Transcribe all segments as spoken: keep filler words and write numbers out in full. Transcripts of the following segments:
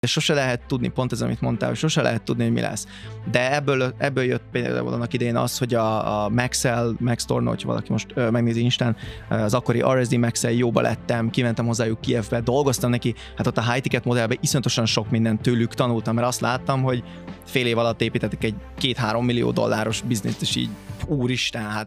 Sose lehet tudni, pont ez, amit mondtál, hogy sose lehet tudni, hogy mi lesz. De ebből, ebből jött például annak idején az, hogy a, a Maxell, Max Torno, hogyha valaki most ö, megnézi Instán, az akkori er es dé Maxell jóba lettem, kimentem hozzájuk Kijevbe, dolgoztam neki, hát ott a high ticket modellben iszonyatosan sok mindent tőlük tanultam, mert azt láttam, hogy fél év alatt építettek egy két-három millió dolláros bizniszt, és így úristen, hát.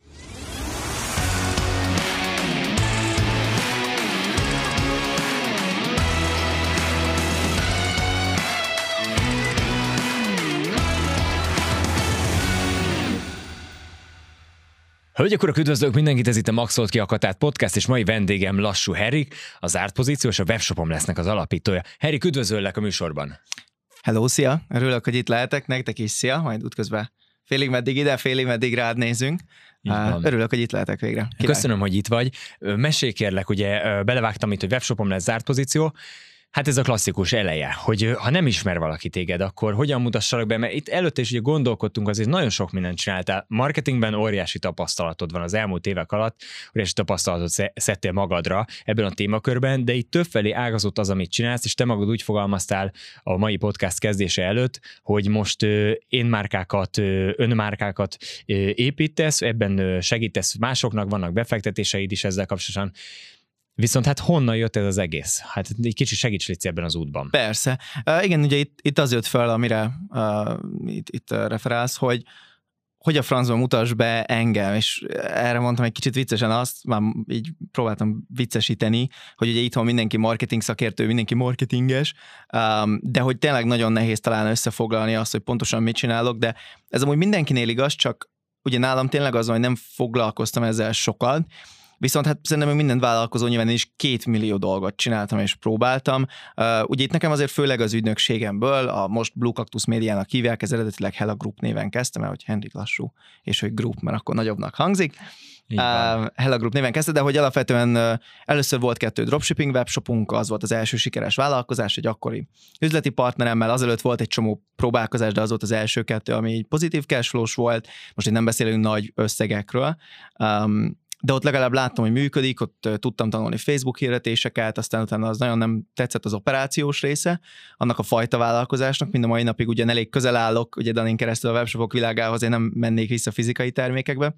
Hölgyek, urak, üdvözlök mindenkit, ez itt a Maxolt ki a Katát podcast, és mai vendégem Lassú Henrik, a Zárt Pozíció és a Webshopom lesznek az alapítója. Henrik, üdvözöllek a műsorban. Hello, szia! Örülök, hogy itt lehetek, nektek is szia, majd útközben félig meddig ide, félig meddig rád nézünk. Örülök, hogy itt lehetek végre. Király. Köszönöm, hogy itt vagy. Mesélj kérlek, ugye belevágtam itt, hogy Webshopom lesz Zárt Pozíció. Hát ez a klasszikus eleje, hogy ha nem ismer valaki téged, akkor hogyan mutassalak be, mert itt előtte is ugye gondolkodtunk, azért nagyon sok mindent csináltál. Marketingben óriási tapasztalatod van az elmúlt évek alatt, óriási tapasztalatot szedtél magadra ebben a témakörben, de itt többfelé ágazott az, amit csinálsz, és te magad úgy fogalmaztál a mai podcast kezdése előtt, hogy most énmárkákat, önmárkákat építesz, ebben segítesz másoknak, vannak befektetéseid is ezzel kapcsolatban. Viszont hát honnan jött ez az egész? Hát egy kicsit segíts légy ebben az útban. Persze. Uh, igen, ugye itt, itt az jött fel, amire uh, itt, itt uh, referálsz, hogy hogy a francban mutass be engem, és erre mondtam egy kicsit viccesen azt, már így próbáltam viccesíteni, hogy ugye itthon mindenki marketing szakértő, mindenki marketinges, um, de hogy tényleg nagyon nehéz talán összefoglalni azt, hogy pontosan mit csinálok, de ez amúgy mindenkinél igaz, csak ugye nálam tényleg az, hogy nem foglalkoztam ezzel sokat. Viszont hát szerintem még minden vállalkozó nyilván is két millió dolgot csináltam és próbáltam. Uh, ugye itt nekem azért főleg az ügynökségemből, a most Blue Cactus Médiának hívják, ez eredetileg Hella Group néven kezdtem, mert hogy Henrik Lassú, és hogy Group, mert akkor nagyobbnak hangzik. Uh, Hella Group néven kezdte, de hogy alapvetően uh, először volt kettő dropshipping webshopunk, az volt az első sikeres vállalkozás, egy akkori üzleti partneremmel, azelőtt volt egy csomó próbálkozás, de az volt az első kettő, ami pozitív cashflows volt, most itt nem beszélünk nagy összegekről. Um, de ott legalább láttam, hogy működik, ott tudtam tanulni Facebook hirdetéseket, aztán utána az nagyon nem tetszett az operációs része, annak a fajta vállalkozásnak, mind a mai napig ugyan elég közel állok, ugye Danin keresztül a webshopok világához, én nem mennék vissza fizikai termékekbe,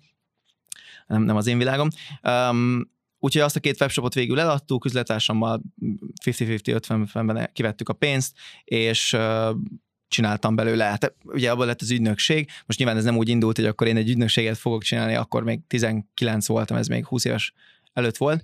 nem, nem az én világom. Um, úgyhogy azt a két webshopot végül eladtuk, üzletársammal ötven ötven-ötvenben kivettük a pénzt, és uh, csináltam belőle. Hát ugye abban lett az ügynökség. Most nyilván ez nem úgy indult, hogy akkor én egy ügynökséget fogok csinálni, akkor még tizenkilenc voltam, ez még húsz éves előtt volt.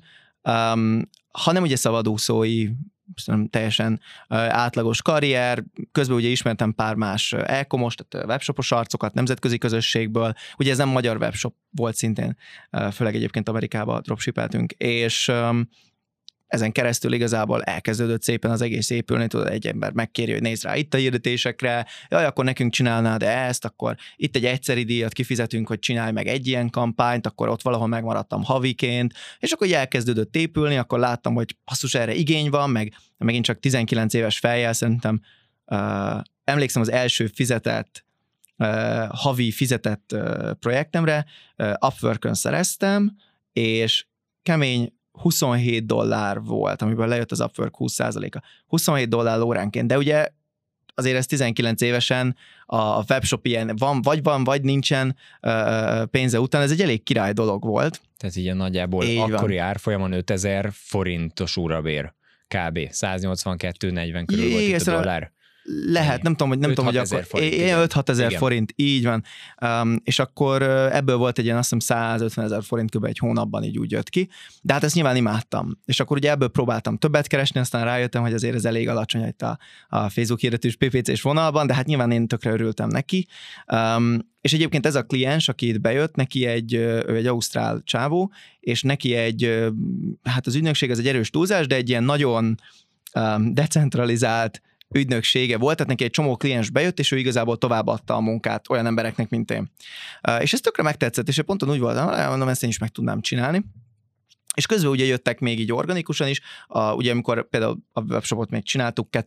Um, hanem ugye szabadúszói, teljesen uh, átlagos karrier, közben ugye ismertem pár más e-comos, tehát webshopos arcokat nemzetközi közösségből, ugye ez nem magyar webshop volt szintén, uh, főleg egyébként Amerikában dropshippeltünk, és um, ezen keresztül igazából elkezdődött szépen az egész épülni, tudod, egy ember megkéri, hogy nézd rá itt a hirdetésekre, jaj, akkor nekünk csinálnád ezt, akkor itt egy egyszeri díjat kifizetünk, hogy csinálj meg egy ilyen kampányt, akkor ott valahol megmaradtam haviként, és akkor elkezdődött épülni, akkor láttam, hogy basszus, erre igény van, meg megint csak tizenkilenc éves fejjel szerintem, uh, emlékszem az első fizetett, uh, havi fizetett uh, projektemre, uh, Upworkön szereztem, és kemény huszonhét dollár volt, amiből lejött az Upwork húsz százaléka. huszonhét dollár óránként, de ugye azért ez tizenkilenc évesen a webshop ilyen van, vagy van, vagy nincsen uh, pénze után, ez egy elég király dolog volt. Tehát így nagyjából így akkori van. Árfolyamon ötezer forintos órabér, kb. száznyolcvankettő negyven körül Jé, volt itt a dollár. Lehet, nem tudom, hogy, nem tudom, hogy akkor öt-hat ezer forint, így van. Um, és akkor ebből volt egy ilyen, azt hiszem százötven ezer forint kb. Egy hónapban így úgy jött ki, de hát ezt nyilván imádtam. És akkor ugye ebből próbáltam többet keresni, aztán rájöttem, hogy azért ez elég alacsony itt a, a Facebook hirdetős pé pé cés vonalban, de hát nyilván én tökre örültem neki. Um, és egyébként ez a kliens, aki itt bejött, neki egy, ő egy ausztrál csávó, és neki egy, hát az ügynökség ez egy erős túlzás, de egy ilyen nagyon um, decentralizált ügynöksége volt, tehát neki egy csomó kliens bejött, és ő igazából továbbadta a munkát olyan embereknek, mint én. Uh, és ez tökre megtetszett, és ponton úgy voltam, mondom, ezt én is meg tudnám csinálni. És közben ugye jöttek még így organikusan is, uh, ugye amikor például a webshopot még csináltuk, kettőt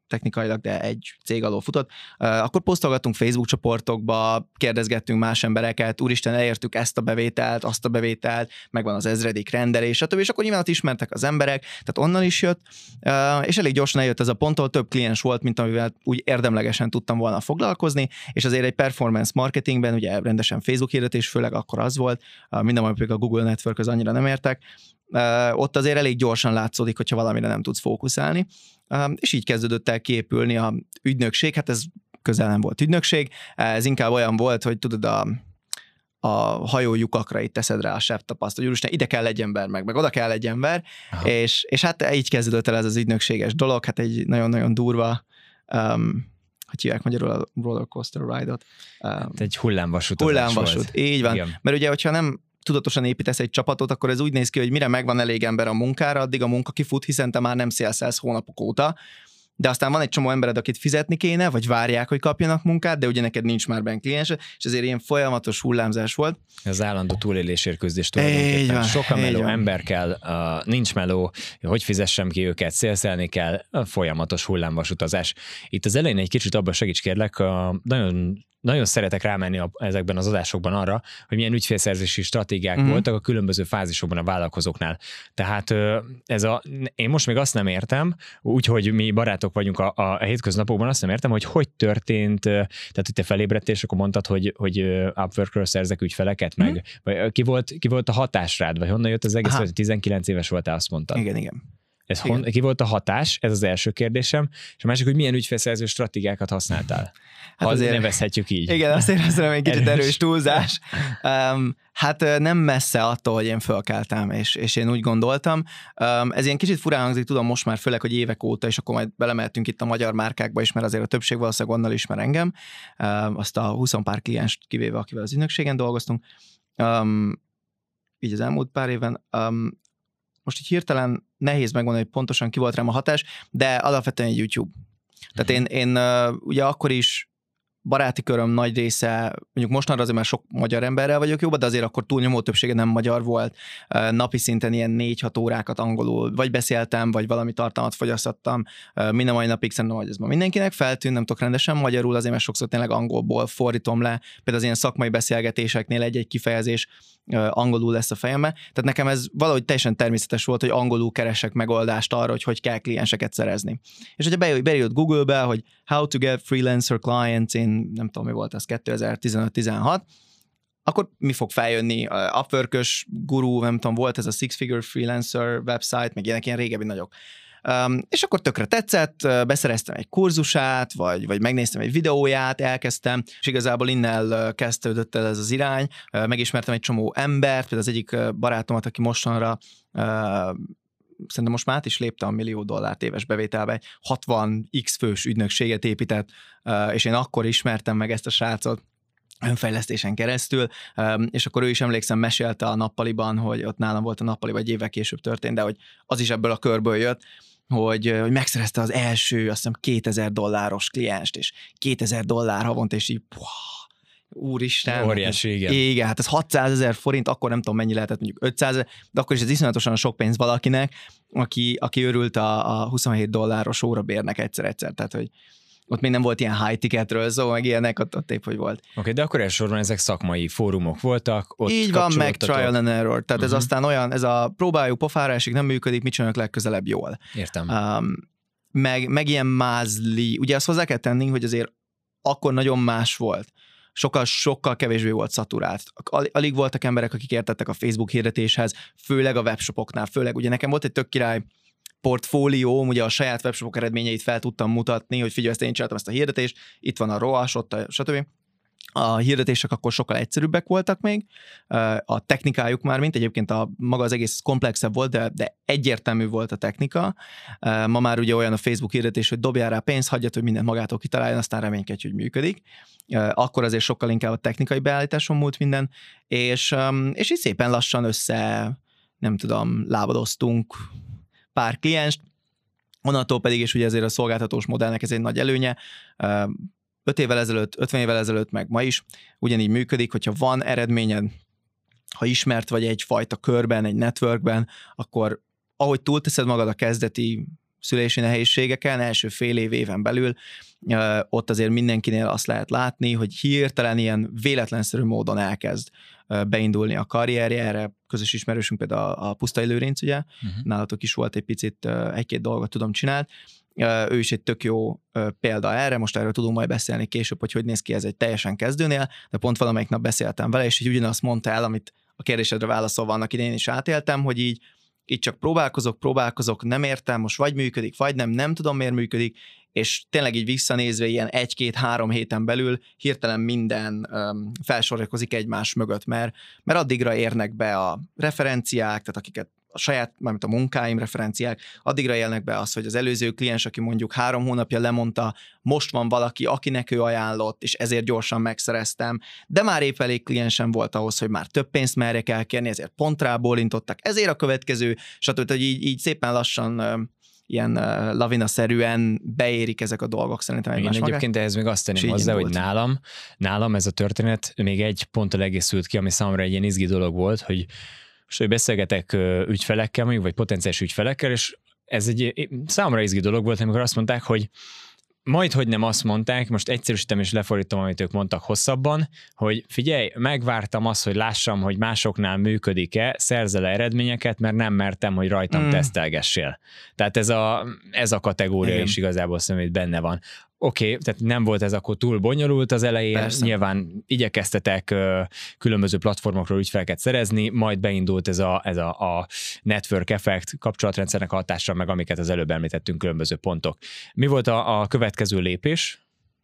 technikailag, de egy cég alól futott, akkor posztolgattunk Facebook csoportokba, kérdezgettünk más embereket, úristen, elértük ezt a bevételt, azt a bevételt, megvan az ezredik rendelés, stb. És akkor nyilván ott ismertek az emberek, tehát onnan is jött, és elég gyorsan eljött ez a ponttól, több kliens volt, mint amivel úgy érdemlegesen tudtam volna foglalkozni, és azért egy performance marketingben, ugye rendesen Facebook hirdetés, főleg akkor az volt, minden, amit a Google Network az annyira nem értek, ott azért elég gyorsan látszódik, hogyha valamire nem tudsz fókuszálni, és így kezdődött el kiépülni a ügynökség, hát ez közel nem volt ügynökség, ez inkább olyan volt, hogy tudod, a, a hajólyukakra itt teszed rá a sebtapaszt, hogy úristen, ide kell egy ember, meg, meg oda kell egy ember, és, és hát így kezdődött el ez az ügynökséges dolog, hát egy nagyon-nagyon durva, um, hogy hívják magyarul a roller coaster ride-ot. Um, hát egy hullámvasút. Hullámvasút, így van. Igen. Mert ugye, hogyha nem tudatosan építesz egy csapatot, akkor ez úgy néz ki, hogy mire megvan elég ember a munkára, addig a munka kifut, hiszen te már nem szélszelsz hónapok óta, de aztán van egy csomó embered, akit fizetni kéne, vagy várják, hogy kapjanak munkát, de ugye neked nincs már benne kliens, és ezért ilyen folyamatos hullámzás volt. Az állandó túlélésért küzdés tulajdonképpen. Sok a meló ember kell, uh, nincs meló, hogy fizessem ki őket, szélszelni kell, a folyamatos hullámvasutazás. Itt az elején egy kicsit abban segíts kérlek, uh, nagyon Nagyon szeretek rámenni a, ezekben az adásokban arra, hogy milyen ügyfélszerzési stratégiák mm-hmm. voltak a különböző fázisokban a vállalkozóknál. Tehát ez a, én most még azt nem értem, úgyhogy mi barátok vagyunk a, a hétköznapokban, azt nem értem, hogy hogy történt, tehát hogy te felébredtél, és akkor mondtad, hogy, hogy Upworkről szerzek ügyfeleket, mm-hmm. meg vagy ki volt, ki volt a hatás rád, vagy honnan jött az egész, hogy tizenkilenc éves voltál, azt mondtad. Igen, igen. Ez hon, ki volt a hatás? Ez az első kérdésem. És a másik, hogy milyen ügyfélszerző stratégiákat használtál? Hát ha azért nevezhetjük így. Igen, azt éreztem, egy kicsit erős, erős túlzás. Um, hát nem messze attól, hogy én fölkeltem, és, és én úgy gondoltam. Um, ez ilyen kicsit furán hangzik, tudom most már, főleg, hogy évek óta, és akkor majd belemeltünk itt a magyar márkákba is, mert azért a többség valószínűleg onnan ismer engem. Um, azt a húsz pár klienst kivéve, akivel az ügynökségen dolgoztunk. Um, így az elmúlt pár éven. Um, most így hirtelen nehéz megmondani, hogy pontosan ki volt rám a hatás, de alapvetően egy YouTube. Tehát én, én ugye akkor is baráti köröm nagy része, mondjuk mostanra azért már sok magyar emberrel vagyok jóban, de azért akkor túlnyomó többsége nem magyar volt. Napi szinten ilyen négy-hat órákat angolul vagy beszéltem, vagy valami tartalmat fogyasztottam. Minden mai napig szerintem, hogy ez ma mindenkinek feltűn, nem tudok rendesen magyarul, azért mert sokszor tényleg angolból fordítom le. Például az ilyen szakmai beszélgetéseknél egy-egy kifejezés angolul lesz a fejembe. Tehát nekem ez valahogy teljesen természetes volt, hogy angolul keresek megoldást arra, hogy hogy kell klienseket szerezni. És hogyha beírod Google-be, hogy how to get freelancer clients in, nem tudom, mi volt az, kétezer-tizenöt tizenhat, akkor mi fog feljönni? Upwork-ös guru, nem tudom, volt ez a Six Figure Freelancer website, meg ilyenek ilyen régebbi nagyok. Um, és akkor tökre tetszett, beszereztem egy kurzusát, vagy, vagy megnéztem egy videóját, elkezdtem, és igazából innen kezdődött el ez az irány. Megismertem egy csomó embert, például az egyik barátomat, aki mostanra uh, szerintem most már át is lépte a millió dollárt éves bevételbe, hatvan x fős ügynökséget épített, uh, és én akkor ismertem meg ezt a srácot önfejlesztésen keresztül, és akkor ő is emlékszem, mesélte a nappaliban, hogy ott nálam volt a nappaliban, egy évvel később történt, de hogy az is ebből a körből jött, hogy, hogy megszerezte az első, azt hiszem, kétezer dolláros klienst, és kétezer dollár havonta, és így puh, úristen. Óriási, igen. Igen, hát ez hatszázezer forint, akkor nem tudom mennyi lehetett, mondjuk ötszázezer, de akkor is ez iszonyatosan sok pénz valakinek, aki, aki örült a, a huszonhét dolláros órabérnek egyszer-egyszer, tehát hogy ott még nem volt ilyen high ticketről szó, meg ilyenek, ott, ott épp, hogy volt. Oké, okay, de akkor elsősorban ezek szakmai fórumok voltak, ott így van, meg trial and error. Tehát uh-huh. ez aztán olyan, ez a próbáljuk, pofára esik, nem működik, mit csináljuk legközelebb jól. Értem. Um, meg, meg ilyen mázli. Ugye azt hozzá kell tenni, hogy azért akkor nagyon más volt. Sokkal, sokkal kevésbé volt szaturált. Alig voltak emberek, akik értettek a Facebook hirdetéshez, főleg a webshopoknál, főleg ugye nekem volt egy tök király portfólióm, ugye a saját webshopok eredményeit fel tudtam mutatni, hogy figyelj, ezt én csináltam ezt a hirdetést, itt van a er o á es, ott a stb. A hirdetések akkor sokkal egyszerűbbek voltak még, a technikájuk már, mint egyébként a maga az egész komplexebb volt, de, de egyértelmű volt a technika. Ma már ugye olyan a Facebook hirdetés, hogy dobjál rá pénzt, hagyjad, hogy mindent magától kitaláljon, aztán reménykedj, hogy működik. Akkor azért sokkal inkább a technikai beállításon múlt minden, és, és így szépen lassan össze, nem tudom, lábadoztunk pár klienst, onnantól pedig, és ugye ezért a szolgáltatós modellnek ez egy nagy előnye, öt évvel ezelőtt, ötven évvel ezelőtt, meg ma is ugyanígy működik, hogyha van eredményed, ha ismert vagy egyfajta körben, egy networkben, akkor ahogy túlteszed magad a kezdeti szülési nehézségeken, első fél év éven belül, ott azért mindenkinél azt lehet látni, hogy hirtelen ilyen véletlenszerű módon elkezd beindulni a karrierje, erre közös ismerősünk például a, a Pusztai Lőrinc, ugye, uh-huh. nálatok is volt egy picit, egy-két dolgot tudom csinált, ő is egy tök jó példa erre, most erről tudunk majd beszélni később, hogy hogy néz ki ez egy teljesen kezdőnél, de pont valamelyik nap beszéltem vele, és így ugyanazt mondta el, amit a kérdésedre válaszolva annak idején is átéltem, hogy így, így csak próbálkozok, próbálkozok, nem értem, most vagy működik, vagy nem, nem tudom miért működik, és tényleg így visszanézve ilyen egy-két-három héten belül hirtelen minden um, felsorakozik egymás mögött, mert, mert addigra érnek be a referenciák, tehát akiket a saját, mármint a munkáim referenciák, addigra élnek be az, hogy az előző kliens, aki mondjuk három hónapja lemondta, most van valaki, akinek ő ajánlott, és ezért gyorsan megszereztem, de már épp elég kliensem volt ahhoz, hogy már több pénzt merjek elkérni, ezért pont rábólintottak, ezért a következő, stb. Hogy így, így szépen lassan ilyen lavina-szerűen beérik ezek a dolgok szerintem egymás magát. Egyébként ehhez még azt tenném hozzá, hogy nálam, nálam ez a történet még egy ponttal egészült ki, ami számomra egy ilyen izgi dolog volt, hogy most, hogy beszélgetek ügyfelekkel, mondjuk, vagy potenciális ügyfelekkel, és ez egy számomra izgi dolog volt, amikor azt mondták, hogy majd, hogy nem azt mondták, most egyszerűsítem és lefordítom, amit ők mondtak hosszabban, hogy figyelj, megvártam azt, hogy lássam, hogy másoknál működik-e, szerzel -e eredményeket, mert nem mertem, hogy rajtam mm. tesztelgessél. Tehát ez a, ez a kategória Igen. is igazából szemét benne van. Oké, okay, tehát nem volt ez akkor túl bonyolult az elején, Persze. nyilván igyekeztetek ö, különböző platformokról ügyfeleket szerezni, majd beindult ez a, ez a, a network effect, kapcsolatrendszernek hatással, meg amiket az előbb említettünk, különböző pontok. Mi volt a, a következő lépés?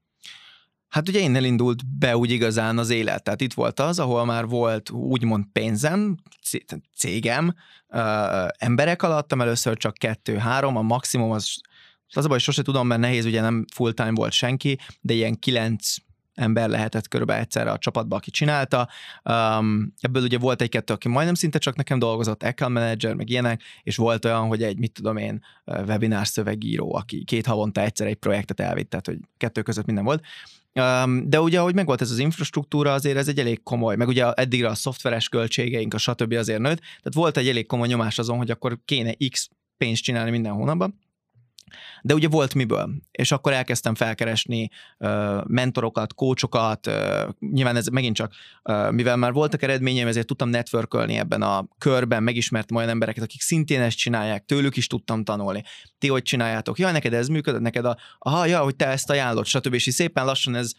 Hát ugye innen indult be úgy igazán az élet, tehát itt volt az, ahol már volt úgymond pénzem, cégem, ö, emberek alattam először csak kettő-három, a maximum az az a baj, sose tudom, mert nehéz, ugye nem full-time volt senki, de ilyen kilenc ember lehetett körülbelül egyszerre a csapatba, aki csinálta. Um, ebből ugye volt egy-kettő, aki majdnem szinte csak nekem dolgozott, account manager, meg ilyenek, és volt olyan, hogy egy, mit tudom én, webinár szövegíró, aki két havonta egyszer egy projektet elvitt, tehát hogy kettő között minden volt. Um, de ugye, ahogy megvolt ez az infrastruktúra, azért ez egy elég komoly, meg ugye eddigre a szoftveres költségeink, a stb. Azért nőtt, tehát volt egy elég komoly nyomás azon, hogy akkor kéne X pénzt csinálni minden hónapban. De ugye volt miből, és akkor elkezdtem felkeresni uh, mentorokat, coachokat, uh, nyilván ez megint csak, uh, mivel már voltak eredményeim, ezért tudtam networkölni ebben a körben, megismertem olyan embereket, akik szintén ezt csinálják, tőlük is tudtam tanulni. Ti hogy csináljátok? Jaj, neked ez működött, neked a, aha, ja, hogy te ezt ajánlod, stb. És szépen lassan ez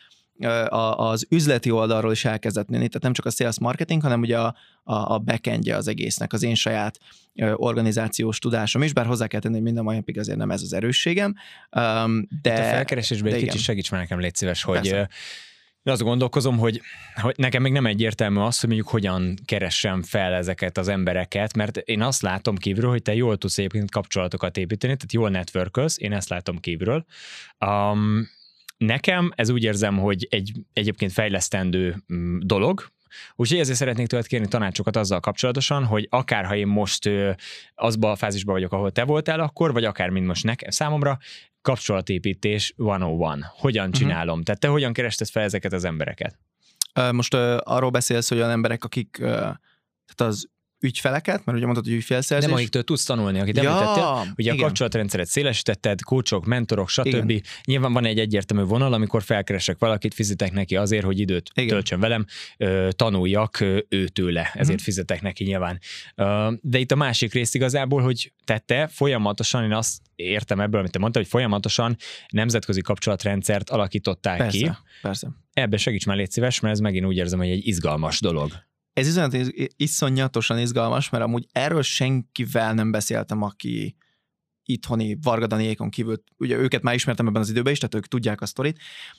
az üzleti oldalról is elkezdett nőni, tehát nem csak a sales marketing, hanem ugye a, a, a backendje az egésznek, az én saját organizációs tudásom is, bár hozzá kell tenni, hogy minden mai napig azért nem ez az erősségem. De a felkeresésben egy kicsit segíts már nekem, légy szíves, hogy Persze. Én azt gondolkozom, hogy, hogy nekem még nem egyértelmű az, hogy mondjuk hogyan keressem fel ezeket az embereket, mert én azt látom kívülről, hogy te jól tudsz egyébként kapcsolatokat építeni, tehát jól networkölsz, én ezt látom kívülről. Um, Nekem ez úgy érzem, hogy egy egyébként fejlesztendő dolog, úgyhogy ezért szeretnék tőled kérni tanácsokat azzal kapcsolatosan, hogy akár ha én most azba a fázisban vagyok, ahol te voltál akkor, vagy akár mint most nekem számomra, kapcsolatépítés száz. Hogyan csinálom? Uh-huh. Tehát te hogyan kerested fel ezeket az embereket? Most uh, arról beszélsz, hogy olyan emberek, akik uh, tehát az ügyfeleket, mert ugye mondtad, hogy ügyfélszerzés. Nem, akiktől tudsz tanulni, akit ja, említettél. Ugye igen. A kapcsolatrendszeret szélesítetted, coachok, mentorok, stb. Igen. Nyilván van egy egyértelmű vonal, amikor felkeresek valakit, fizetek neki azért, hogy időt igen. töltsön velem, tanuljak őtőle, ezért hmm. fizetek neki nyilván. De itt a másik rész igazából, hogy te, te folyamatosan, én azt értem ebből, amit te mondtad, hogy folyamatosan nemzetközi kapcsolatrendszert alakítottál persze, ki. Persze. Ebbe segíts már, légy szíves, mert ez megint úgy érzem, hogy egy izgalmas dolog. Ez iszonyat, iszonyatosan izgalmas, mert amúgy erről senkivel nem beszéltem, aki itthoni Varga Daniékon kívül, ugye őket már ismertem ebben az időben is, tehát ők tudják a sztorit,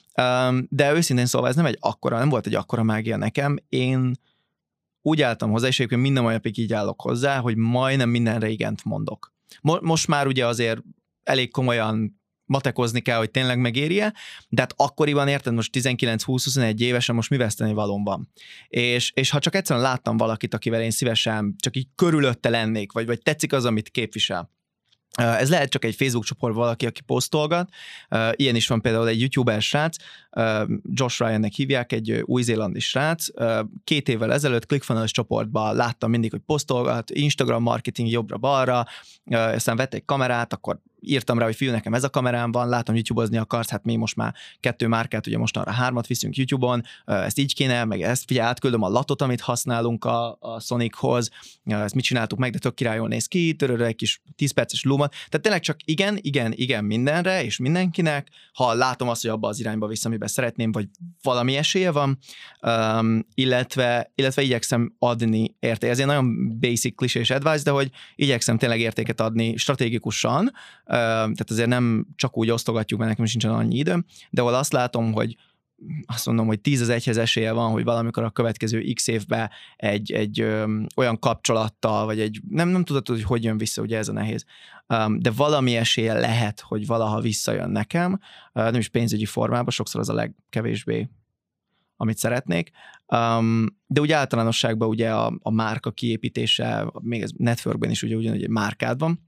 de őszintén szólva ez nem egy akkora, nem volt egy akkora mágia nekem. Én úgy álltam hozzá, és egyébként minden mai napig így állok hozzá, hogy majdnem mindenre igent mondok. Most már ugye azért elég komolyan matekozni kell, hogy tényleg megérje, de hát akkoriban érted, most tizenkilenc-húsz-huszonegy évesen most mi veszteni valóm van. És, és ha csak egyszerűen láttam valakit, akivel én szívesen csak így körülötte lennék, vagy, vagy tetszik az, amit képvisel. Ez lehet csak egy Facebook csoport valaki, aki posztolgat. Ilyen is van például egy youtuber srác, Josh Ryannek hívják, egy új-zélandi srác. Két évvel ezelőtt ClickFunnels csoportban láttam mindig, hogy posztolgat, Instagram marketing jobbra-balra, aztán vett egy kamerát, akkor írtam rá, hogy fiú, nekem ez a kamerám van, látom, YouTube-ozni akarsz, hát mi most már kettő márkát, ugye most arra hármat viszünk YouTube-on, ezt így kéne, meg ezt figyelj, átküldöm a latot, amit használunk a, a Sonichoz, ezt mit csináltuk meg, de tök királyul néz ki, törőre egy kis tíz perces lumat. Tehát tényleg csak igen, igen, igen mindenre, és mindenkinek, ha látom azt, hogy abba az irányba vissza, amiben szeretném, vagy valami esélye van, um, illetve, illetve igyekszem adni értéket. Ez egy nagyon basic, klisés advice, de hogy igyekszem tényleg értéket adni stratégikusan, tehát azért nem csak úgy osztogatjuk, mert nekem sincsen annyi időm, de ahol azt látom, hogy azt mondom, hogy tíz az egyhez esélye van, hogy valamikor a következő x évben egy, egy ö, olyan kapcsolattal, vagy egy, nem, nem tudod, hogy hogy jön vissza, ugye ez a nehéz, um, de valami esélye lehet, hogy valaha visszajön nekem, uh, nem is pénzügyi formában, sokszor az a legkevésbé, amit szeretnék, um, de úgy általánosságban ugye a, a márka kiépítése, még ez networkben is ugye ugyanúgy egy márkád van.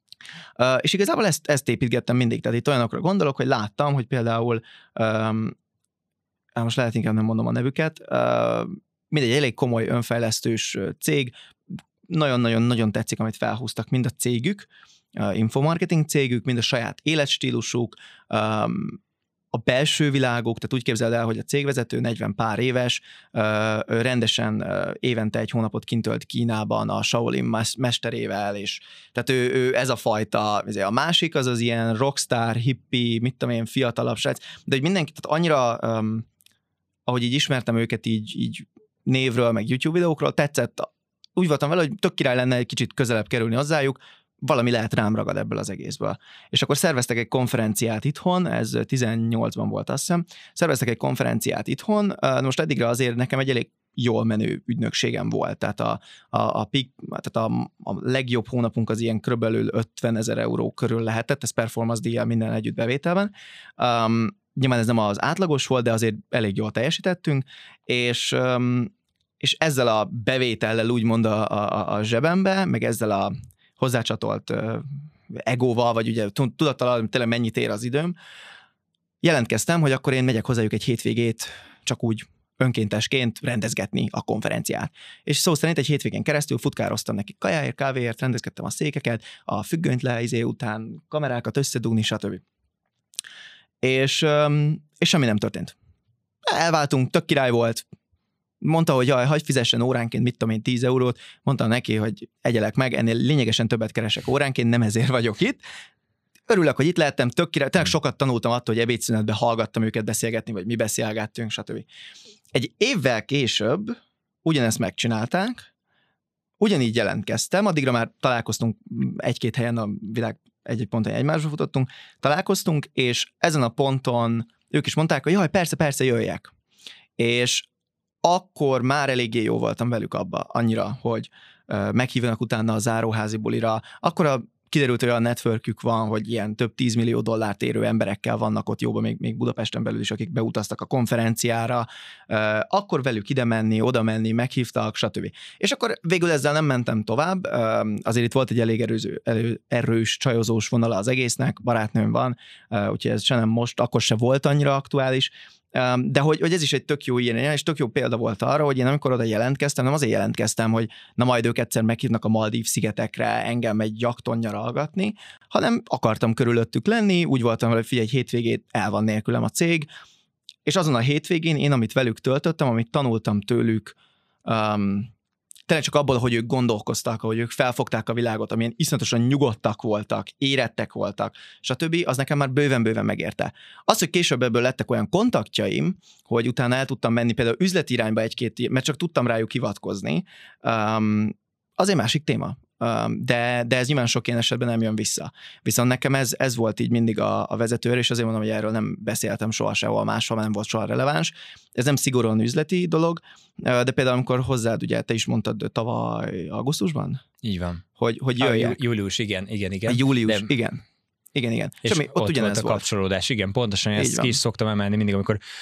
Uh, és igazából ezt, ezt építgettem mindig, tehát itt olyanokra gondolok, hogy láttam, hogy például um, most lehet inkább nem mondom a nevüket, uh, mindegy elég komoly önfejlesztős cég, nagyon-nagyon-nagyon tetszik, amit felhúztak, mind a cégük, uh, infomarketing cégük, mind a saját életstílusuk, um, a belső világok, tehát úgy képzeld el, hogy a cégvezető negyven pár éves, rendesen évente egy hónapot kint tölt Kínában a Shaolin mesterével, és tehát ő, ő ez a fajta, a másik az az ilyen rockstar, hippie, mit tudom én, fiatalabb srác, de hogy mindenki, tehát annyira, um, ahogy így ismertem őket így, így névről, meg YouTube videókról, tetszett, úgy voltam vele, hogy tök király lenne egy kicsit közelebb kerülni hozzájuk, valami lehet rám ragad ebből az egészből. És akkor szerveztek egy konferenciát itthon, ez tizennyolcban volt, azt hiszem, szerveztek egy konferenciát itthon, most eddigre azért nekem egy elég jól menő ügynökségem volt, tehát a, a, a, peak, tehát a, a legjobb hónapunk az ilyen körülbelül ötvenezer euró körül lehetett, ez performance díjjal minden együtt bevételben. Um, nyilván ez nem az átlagos volt, de azért elég jól teljesítettünk, és um, és ezzel a bevétellel úgymond a, a, a zsebembe, meg ezzel a hozzácsatolt uh, egóval, vagy ugye tudattal tényleg mennyit ér az időm, jelentkeztem, hogy akkor én megyek hozzájuk egy hétvégét csak úgy önkéntesként rendezgetni a konferenciát. És szó szerint egy hétvégén keresztül futkároztam nekik kajáért, kávéért, rendezgettem a székeket, a függönyt le, izé után kamerákat összedugni, stb. És, um, és semmi nem történt. Elváltunk, tök király volt, mondta, hogy jaj, hagyj fizessen óránként, mit tudom én, tíz eurót, mondtam neki, hogy egyelek meg, ennél lényegesen többet keresek óránként, nem ezért vagyok itt. Örülök, hogy itt lehettem, tök király, tényleg sokat tanultam attól, hogy ebédszünetben hallgattam őket beszélgetni, vagy mi beszélgettünk, stb. Egy évvel később ugyanezt megcsinálták, ugyanígy jelentkeztem, addigra már találkoztunk egy-két helyen, a világ egy-egy ponton egymásba futottunk, találkoztunk, és ezen a ponton ők is mondták, hogy jaj, persze, persze, jöjjek. És akkor már eléggé jó voltam velük abba, annyira, hogy uh, meghívnak utána a záróházi bulira, akkor a kiderült, hogy olyan networkük van, hogy ilyen több tízmillió dollárt érő emberekkel vannak ott jóban, még, még Budapesten belül is, akik beutaztak a konferenciára, uh, akkor velük ide menni, oda menni, meghívtak, stb. És akkor végül ezzel nem mentem tovább, uh, azért itt volt egy elég erőző, elő, erős csajozós vonala az egésznek, barátnőm van, uh, úgyhogy ez se nem most, akkor se volt annyira aktuális, de hogy, hogy ez is egy tök jó ilyen, és tök jó példa volt arra, hogy én amikor oda jelentkeztem, nem azért jelentkeztem, hogy na majd ők egyszer meghívnak a Maldív szigetekre engem egy jakton nyaralgatni, hanem akartam körülöttük lenni, úgy voltam vele, hogy figyelj, egy hétvégét el van nélkülem a cég, és azon a hétvégén én, amit velük töltöttem, amit tanultam tőlük, um, tényleg csak abból, hogy ők gondolkoztak, hogy ők felfogták a világot, amilyen iszonyatosan nyugodtak voltak, érettek voltak, stb., az nekem már bőven-bőven megérte. Az, hogy később ebből lettek olyan kontaktjaim, hogy utána el tudtam menni például üzleti irányba egy-két, mert csak tudtam rájuk hivatkozni, um, az egy másik téma. Um, de, de ez nyilván sok ilyen esetben nem jön vissza. Viszont nekem ez, ez volt így mindig a, a vezetőr, és azért mondom, hogy erről nem beszéltem soha sehol máshol, nem volt soha releváns. Ez nem szigorúan üzleti dolog, de például amikor hozzád, ugye te is mondtad tavaly augusztusban? Így van. Hogy, hogy jöjjek. Ah, július, igen, igen, igen. A július, de... igen. Igen, igen. És Semmi, ott, ott ugyanez volt a volt. kapcsolódás, igen, pontosan ezt ki is szoktam emelni mindig, amikor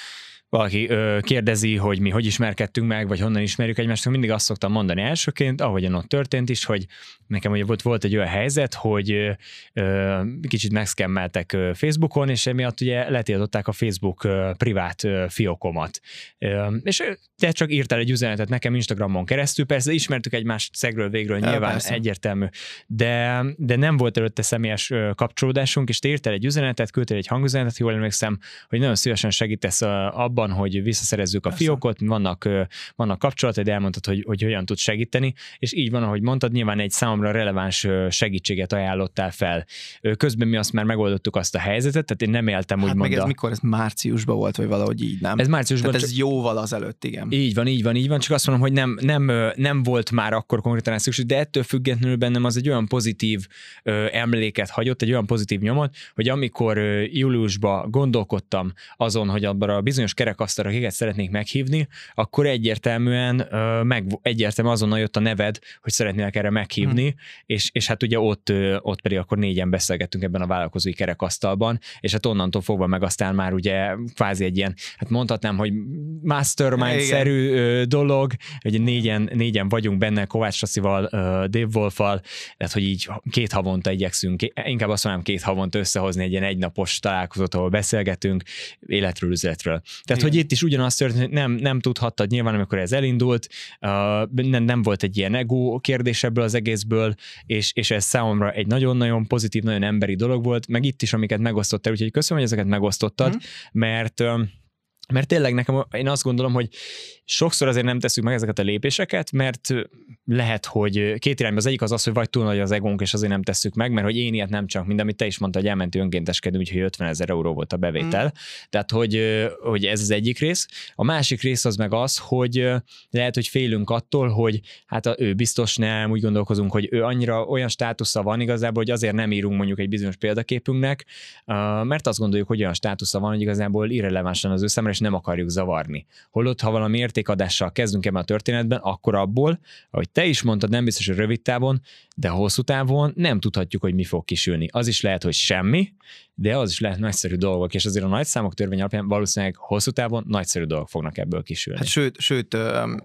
valaki ö, kérdezi, hogy mi hogy ismerkedtünk meg, vagy honnan ismerjük egymást, mindig azt szoktam mondani elsőként, ahogyan ott történt is, hogy nekem ugye volt, volt egy olyan helyzet, hogy ö, kicsit megszkemmeltek Facebookon, és emiatt ugye letiltották a Facebook ö, privát ö, fiókomat. Ö, és te csak írtál egy üzenetet nekem Instagramon keresztül, persze ismertük egymást szegről végről, nyilván persze. Egyértelmű, de, de nem volt előtte személyes ö, kapcsolódásunk, és te írtál egy üzenetet, küldtél egy hangüzenetet, jól emlékszem, hogy nagyon szívesen segítesz abban, hogy visszaszerezzük a persze. fiókot, vannak, vannak kapcsolataid, elmondtad, hogy, hogy hogyan tudsz segíteni, és így van, ahogy mondtad, nyilván egy számomra releváns segítséget ajánlottál fel. Közben mi azt már megoldottuk azt a helyzetet, tehát én nem éltem hát úgymond. Meg ez a... mikor? Ez márciusban volt, vagy valahogy így, nem? Ez márciusban. Tehát ez csak... jóval azelőtt, igen. Így van, így van, így van, csak azt mondom, hogy nem, nem, nem volt már akkor konkrétan szükség, de ettől függetlenül bennem az egy olyan pozitív ö, emléket hagyott, egy olyan pozitív nyomot, hogy amikor ö, júliusban gondolkodtam azon, hogy abban a bizonyos kerekasztalra kiket szeretnék meghívni, akkor egyértelműen ö, meg, egyértelműen azonnal jött a neved, hogy szeretnének erre meghívni, hmm. és, és hát ugye ott, ö, ott pedig akkor négyen beszélgettünk ebben a vállalkozói kerekasztalban, és hát onnantól fogva meg aztán már ugye kvázi egy ilyen, hát mondhatnám, hogy mastermind-szerű ö, dolog, hogy négyen, négyen vagyunk benne, Kovács Rasszival, ö, Dave Wolffal, tehát hogy így két havonta igyekszünk, inkább azt mondom, két havonta összehozni egy ilyen egynapos találkozót, ahol beszélgetünk életről, üzletről. Tehát, igen. hogy itt is ugyanazt történt, hogy nem, nem tudhattad nyilván, amikor ez elindult, uh, nem, nem volt egy ilyen ego kérdés ebből az egészből, és, és ez számomra egy nagyon-nagyon pozitív, nagyon emberi dolog volt, meg itt is, amiket megosztottál, úgyhogy köszönöm, hogy ezeket megosztottad, hmm. mert mert tényleg nekem, én azt gondolom, hogy sokszor azért nem tesszük meg ezeket a lépéseket, mert lehet, hogy két irányban az egyik az az, hogy vagy túl nagy az egónk, és azért nem tesszük meg, mert hogy én ilyet nem csak, mint amit te is mondtad, hogy elmentél önkénteskedni, úgyhogy ötvenezer euró volt a bevétel. Mm. Tehát, hogy, hogy ez az egyik rész. A másik rész az meg az, hogy lehet, hogy félünk attól, hogy hát ő biztos nem, úgy gondolkozunk, hogy ő annyira olyan státusza van igazából, hogy azért nem írunk mondjuk egy bizonyos példaképünknek, mert azt gondoljuk, hogy olyan státusza van, hogy igazából irrelevánsan az ő számára, és nem akarjuk zavarni. Holott, ha valami értékadással kezdünk ebben a történetben, akkor abból, ahogy te is mondtad, nem biztos, hogy rövid távon, de hosszú távon nem tudhatjuk, hogy mi fog kisülni. Az is lehet, hogy semmi, de az is lehet nagyszerű dolgok, és azért a nagy számok törvény alapján valószínűleg hosszú távon nagyszerű dolgok fognak ebből kisülni. Hát sőt, sőt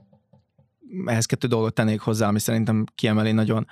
ehhez kettő dolgot tennék hozzá, ami szerintem kiemeli nagyon.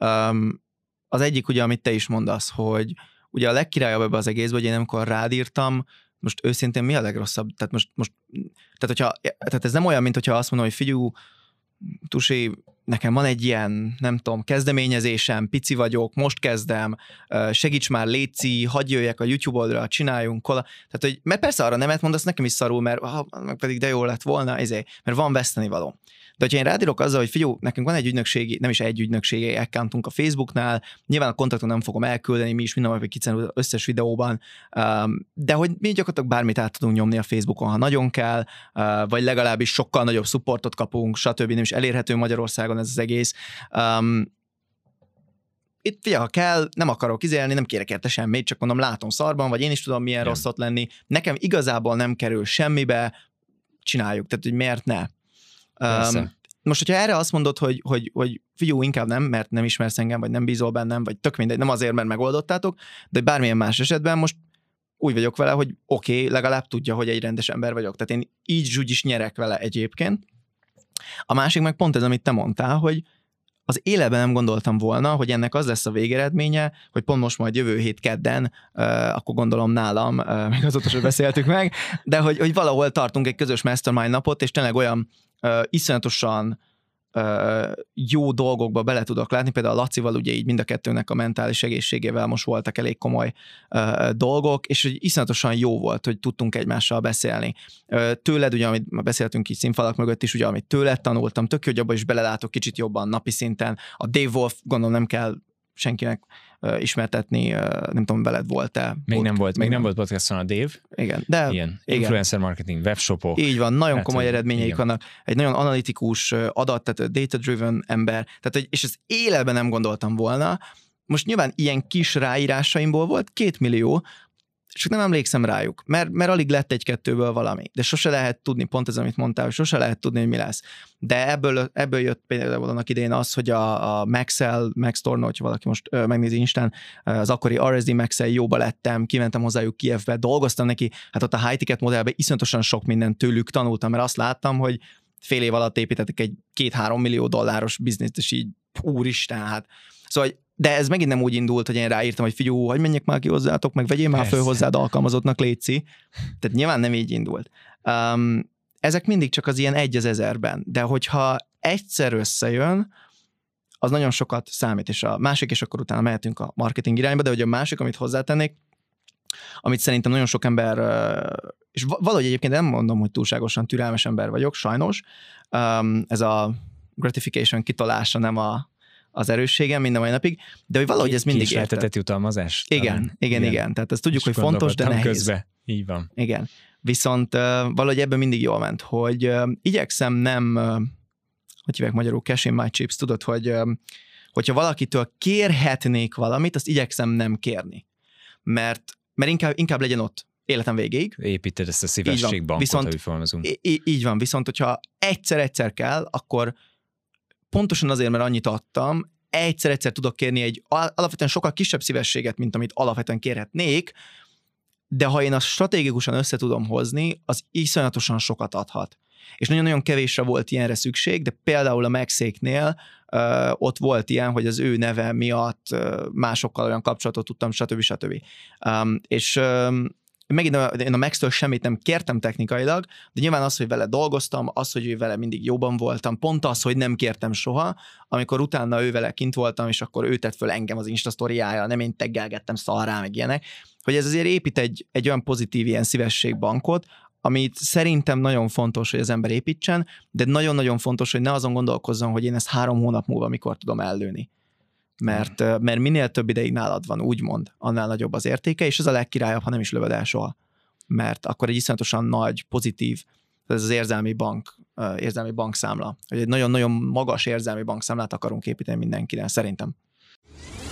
Az egyik ugye, amit te is mondasz, hogy ugye a legkirályabb ebbe az egészben, hogy én amikor rád írtam, most őszintén mi a legrosszabb? Tehát most, most tehát, hogyha, tehát ez nem olyan, mint hogyha azt mondom, hogy figyú, Tusi, nekem van egy ilyen, nem tudom, kezdeményezésem, pici vagyok, most kezdem, segíts már, léci, hadd jöjjek a YouTube oldalra, csináljunk, kola. Tehát, hogy, mert persze arra nemet mondasz, nekem is szarul, mert ha, meg pedig de jó lett volna, ezért, mert van vesztenivaló. De hogyha én rádírok azzal, hogy figyelj, nekünk van egy ügynökségi, nem is egy ügynökségi accountunk a Facebooknál, nyilván a kontaktot nem fogom elküldeni, mi is minden nap kicenül összes videóban, de hogy mi gyakorlatilag bármit át tudunk nyomni a Facebookon, ha nagyon kell, vagy legalábbis sokkal nagyobb supportot kapunk, stb. Nem is elérhető Magyarországon ez az egész. Itt figyelj, ha kell, nem akarok izélni, nem kérek érte semmit, csak mondom, látom szarban, vagy én is tudom milyen rossz ott lenni. Nekem igazából nem kerül semmibe, csináljuk, tehát hogy miért ne? Um, most, hogyha erre azt mondod, hogy, hogy, hogy figyelj, inkább nem, mert nem ismersz engem, vagy nem bízol bennem, vagy tök mindegy, nem azért, mert megoldottátok, de bármilyen más esetben most úgy vagyok vele, hogy oké, okay, legalább tudja, hogy egy rendes ember vagyok. Tehát én így úgy is nyerek vele egyébként. A másik meg pont ez, amit te mondtál, hogy az életben nem gondoltam volna, hogy ennek az lesz a végeredménye, hogy pont most majd jövő hét kedden, uh, akkor gondolom nálam, uh, még azóta sem beszéltük meg, de hogy, hogy valahol tartunk egy közös mastermind napot, és tényleg olyan uh, iszonyatosan uh, jó dolgokba bele tudok látni, például a Lacival ugye így mind a kettőnek a mentális egészségével most voltak elég komoly uh, dolgok, és hogy iszonyatosan jó volt, hogy tudtunk egymással beszélni. Uh, tőled ugye, amit már beszéltünk így színfalak mögött is, ugye, amit tőled tanultam, tök jó, hogy abban is belelátok kicsit jobban napi szinten. A Dave Wolff, gondolom nem kell senkinek uh, ismertetni, uh, nem tudom, veled volt-e? Még ott, nem volt, még nem volt podcaston a Dave. Igen, de ilyen igen. Influencer marketing, webshopok. Így van, nagyon hát, komoly eredményeik igen. vannak. Egy nagyon analitikus adat, tehát data-driven ember, tehát, és ezt életben nem gondoltam volna. Most nyilván ilyen kis ráírásaimból volt két millió, csak nem emlékszem rájuk, mert, mert alig lett egy-kettőből valami, de sose lehet tudni, pont ez, amit mondtál, hogy sose lehet tudni, hogy mi lesz. De ebből, ebből jött például annak idején az, hogy a, a Maxell, Max Torno, hogyha valaki most ö, megnézi Instán, az akkori er es dé Maxell jóba lettem, kimentem hozzájuk Kijevbe, dolgoztam neki, hát ott a high ticket modellben iszonyatosan sok mindent tőlük tanultam, mert azt láttam, hogy fél év alatt építettek egy két-három millió dolláros bizniszt, és így úristen, hát. Szóval, de ez megint nem úgy indult, hogy én ráírtam, hogy figyú, hogy menjek már ki hozzátok, meg vegyél már föl hozzád alkalmazottnak, létszi. Tehát nyilván nem így indult. Um, ezek mindig csak az ilyen egy az ezerben, de hogyha egyszer összejön, az nagyon sokat számít, és a másik, és akkor utána mehetünk a marketing irányba, de hogy a másik, amit hozzátennék, amit szerintem nagyon sok ember, és valahogy egyébként nem mondom, hogy túlságosan türelmes ember vagyok, sajnos, ez a gratification kitolása nem a, az erősségem minden mai napig, de hogy valahogy ez mindig érte. Késleltetett jutalmazás? Igen, igen, igen, igen, tehát ezt tudjuk, hogy fontos, de nehéz. Közbe. Így van. Igen, viszont valahogy ebben mindig jól ment, hogy igyekszem nem, hogy hívják magyarul, cash in my chips, tudod, hogy hogyha valakitől kérhetnék valamit, azt igyekszem nem kérni, mert mert inkább, inkább legyen ott életem végéig. Építed ezt a szívességbankot, viszont, ahogy fogalmazunk. Í- így van, viszont hogyha egyszer-egyszer kell, akkor pontosan azért, mert annyit adtam, egyszer-egyszer tudok kérni egy alapvetően sokkal kisebb szívességet, mint amit alapvetően kérhetnék, de ha én azt stratégikusan össze tudom hozni, az iszonyatosan sokat adhat. És nagyon-nagyon kevésre volt ilyenre szükség, de például a Maxéknél uh, ott volt ilyen, hogy az ő neve miatt uh, másokkal olyan kapcsolatot tudtam, stb. stb. Um, és um, megint a, én a Max-től semmit nem kértem technikailag, de nyilván az, hogy vele dolgoztam, az, hogy ő vele mindig jóban voltam, pont az, hogy nem kértem soha, amikor utána ő vele kint voltam, és akkor ő tett föl engem az Insta sztoriája, nem én teggelgettem szarrá, meg ilyenek, hogy ez azért épít egy, egy olyan pozitív ilyen szívességbankot, amit szerintem nagyon fontos, hogy az ember építsen, de nagyon-nagyon fontos, hogy ne azon gondolkozzon, hogy én ezt három hónap múlva mikor tudom ellőni. Mert, mert minél több ideig nálad van, úgymond, annál nagyobb az értéke, és ez a legkirályabb, ha nem is lövöd el soha. Mert akkor egy iszonyatosan nagy, pozitív, ez az érzelmi bank, érzelmi bankszámla, hogy egy nagyon-nagyon magas érzelmi bankszámlát akarunk építeni mindenkinek, szerintem.